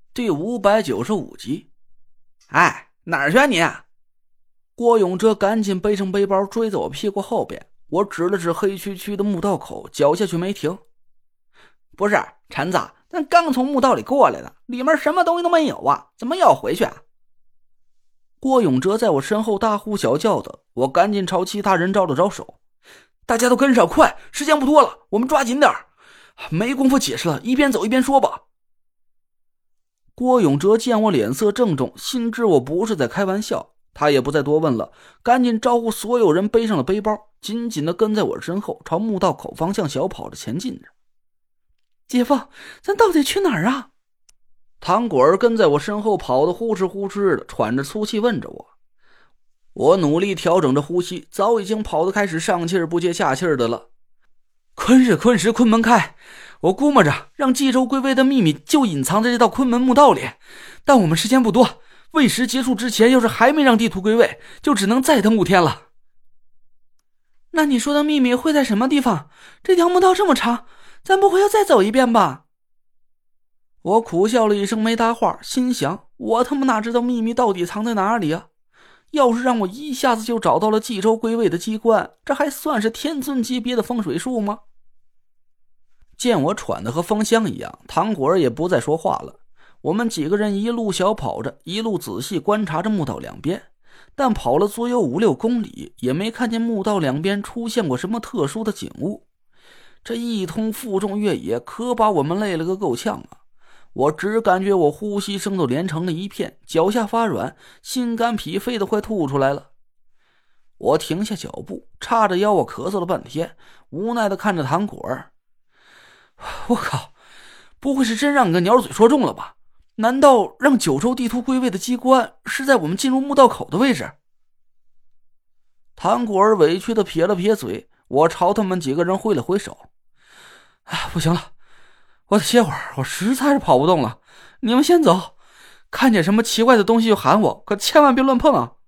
第595集。哎，哪儿去啊你？郭永哲赶紧背上背包追在我屁股后边，我指了指黑黢黢的墓道口，脚下去没停。不是，陈子，咱刚从墓道里过来的，里面什么东西都没有啊，怎么要回去啊？郭永哲在我身后大呼小叫的，我赶紧朝其他人招了招手。大家都跟上，快，时间不多了，我们抓紧点，没工夫解释了，一边走一边说吧。郭永哲见我脸色郑重，心知我不是在开玩笑，他也不再多问了，赶紧招呼所有人背上了背包，紧紧地跟在我身后，朝墓道口方向小跑着前进着。姐夫，咱到底去哪儿啊？唐果儿跟在我身后跑得呼哧呼哧的，喘着粗气问着我。我努力调整着呼吸，早已经跑得开始上气儿不接下气儿的了。坤日坤时坤门开，我估摸着让冀州归位的秘密就隐藏在这道坤门墓道里，但我们时间不多，未时结束之前要是还没让地图归位，就只能再等5天了。那你说的秘密会在什么地方？这条墓道这么长，咱不会要再走一遍吧？我苦笑了一声没搭话，心想我他妈哪知道秘密到底藏在哪里啊？要是让我一下子就找到了冀州归位的机关，这还算是天尊级别的风水术吗？见我喘得和风箱一样，唐果儿也不再说话了。我们几个人一路小跑着，一路仔细观察着墓道两边，但跑了足有5-6公里，也没看见墓道两边出现过什么特殊的景物。这一通负重越野可把我们累了个够呛啊！我只感觉我呼吸声都连成了一片，脚下发软，心肝脾肺都快吐出来了。我停下脚步，叉着腰，我咳嗽了半天，无奈地看着唐果儿。我靠，不会是真让你个鸟嘴说中了吧？难道让九州地图归位的机关是在我们进入墓道口的位置？唐果儿委屈地撇了撇嘴，我朝他们几个人挥了挥手。不行了，我得歇会儿，我实在是跑不动了，你们先走，看见什么奇怪的东西就喊我，可千万别乱碰啊！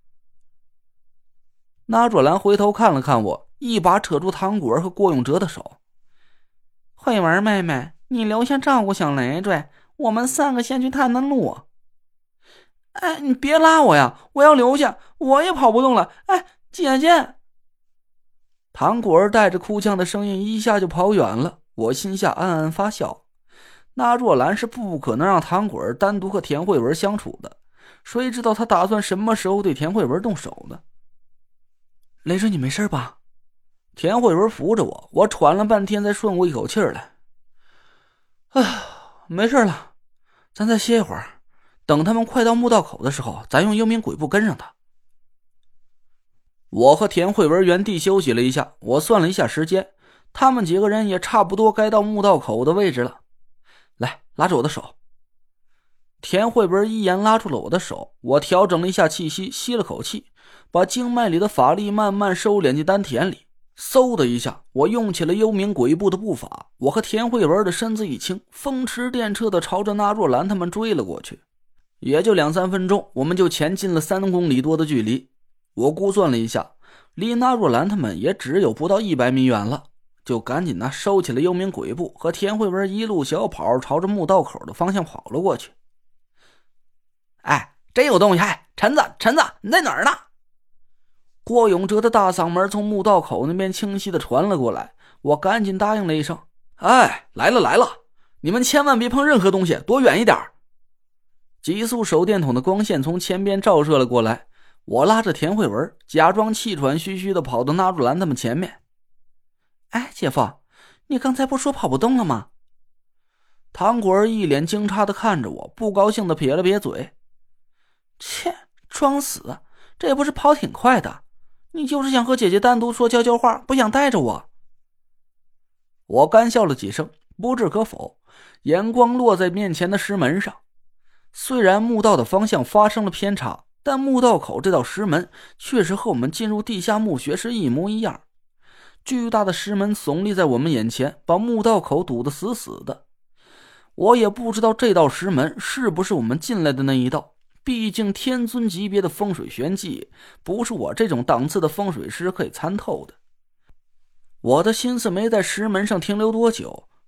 那若兰回头看了看我，一把扯住唐果儿和郭永哲的手。慧文妹妹，你留下照顾小累赘，我们3个先去探探路。你别拉我呀，我要留下，我也跑不动了。姐姐！唐果儿带着哭腔的声音一下就跑远了，我心下暗暗发笑。那若兰是不可能让唐果儿单独和田慧文相处的，谁知道他打算什么时候对田慧文动手呢？累赘，你没事吧？田慧文扶着我，我喘了半天才顺过一口气来。没事了，咱再歇一会儿，等他们快到墓道口的时候，咱用幽冥鬼步跟上他。我和田慧文原地休息了一下，我算了一下时间，他们几个人也差不多该到墓道口的位置了。来，拉着我的手。田慧文一言拉住了我的手，我调整了一下气息，吸了口气，把经脉里的法力慢慢收敛进丹田里。嗖的一下，我用起了幽冥鬼步的步伐，我和田慧文的身子一轻，风驰电掣地朝着那若兰他们追了过去。也就2-3分钟，我们就前进了3公里多的距离。我估算了一下，离那若兰他们也只有不到100米远了，就赶紧收起了幽冥鬼步，和田慧文一路小跑朝着墓道口的方向跑了过去。真有东西！陈子，你在哪儿呢？郭永哲的大嗓门从墓道口那边清晰地传了过来，我赶紧答应了一声。来了，你们千万别碰任何东西，躲远一点。极速手电筒的光线从前边照射了过来，我拉着田慧文，假装气喘吁吁地跑到那若兰他们前面。姐夫，你刚才不说跑不动了吗？唐果儿一脸惊诧地看着我，不高兴地撇了撇嘴。切，装死，这不是跑挺快的，你就是想和姐姐单独说悄悄话，不想带着我。我干笑了几声，不置可否，眼光落在面前的石门上。虽然墓道的方向发生了偏差，但墓道口这道石门确实和我们进入地下墓穴是一模一样。巨大的石门耸立在我们眼前，把墓道口堵得死死的。我也不知道这道石门是不是我们进来的那一道，毕竟天尊级别的风水玄技不是我这种档次的风水师可以参透的。我的心思没在石门上停留多久，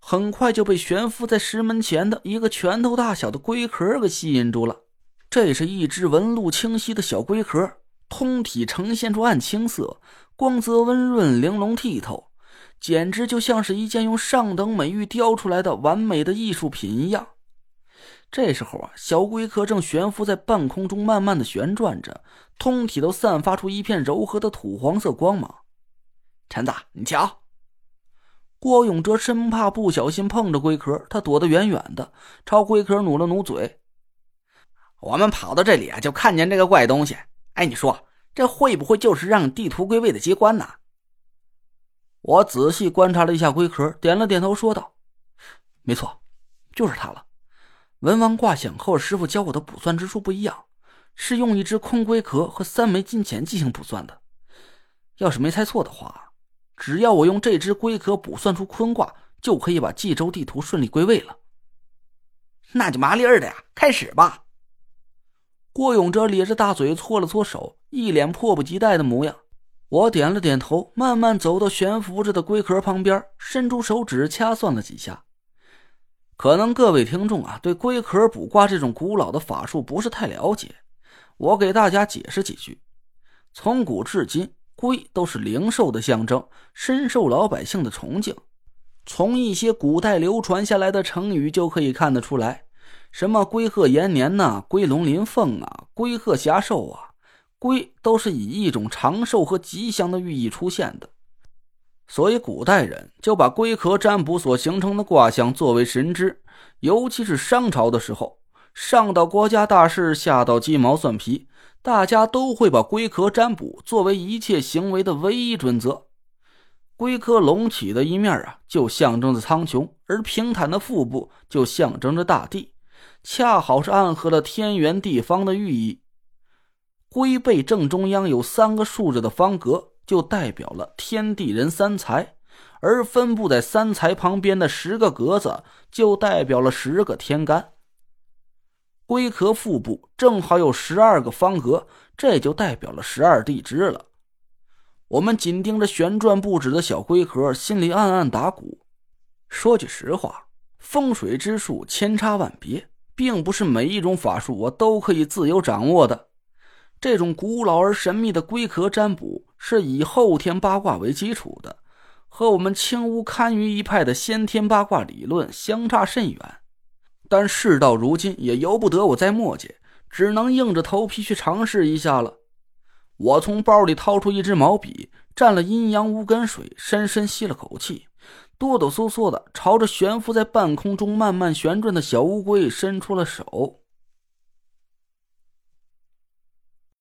很快就被悬浮在石门前的一个拳头大小的龟壳给吸引住了。这是一只纹路清晰的小龟壳，通体呈现出暗青色，光泽温润，玲珑剔透，简直就像是一件用上等美玉雕出来的完美的艺术品一样。这时候小龟壳正悬浮在半空中慢慢的旋转着，通体都散发出一片柔和的土黄色光芒。陈子，你瞧。郭永哲生怕不小心碰着龟壳，他躲得远远的，朝龟壳努了努嘴。我们跑到这里就看见这个怪东西。哎，你说这会不会就是让地图归位的机关呢？我仔细观察了一下龟壳，点了点头说道：没错，就是它了。文王卦象和我师傅教我的卜算之术不一样，是用一只空龟壳和3枚金钱进行卜算的。要是没猜错的话，只要我用这只龟壳卜算出坤卦，就可以把冀州地图顺利归位了。那就麻利儿的呀，开始吧。郭永哲咧着大嘴搓了搓手，一脸迫不及待的模样。我点了点头，慢慢走到悬浮着的龟壳旁边，伸出手指掐算了几下。可能各位听众对龟壳卜卦这种古老的法术不是太了解，我给大家解释几句。从古至今，龟都是灵兽的象征，深受老百姓的崇敬。从一些古代流传下来的成语就可以看得出来，什么龟鹤延年龟龙临凤龟鹤霞寿龟都是以一种长寿和吉祥的寓意出现的。所以古代人就把龟壳占卜所形成的卦象作为神知，尤其是商朝的时候，上到国家大事，下到鸡毛蒜皮，大家都会把龟壳占卜作为一切行为的唯一准则。龟壳隆起的一面就象征着苍穹，而平坦的腹部就象征着大地，恰好是暗合了天圆地方的寓意。龟背正中央有3个竖着的方格，就代表了天地人3才，而分布在3才旁边的10个格子就代表了10个天干。龟壳腹部正好有12个方格，这就代表了12地支了。我们紧盯着旋转不止的小龟壳，心里暗暗打鼓。说句实话，风水之术千差万别，并不是每一种法术我都可以自由掌握的。这种古老而神秘的龟壳占卜是以后天八卦为基础的，和我们青乌堪舆一派的先天八卦理论相差甚远。但事到如今也由不得我再磨叽，只能硬着头皮去尝试一下了。我从包里掏出一支毛笔，蘸了阴阳无根水，深深吸了口气，哆哆嗦嗦的朝着悬浮在半空中慢慢旋转的小乌龟伸出了手。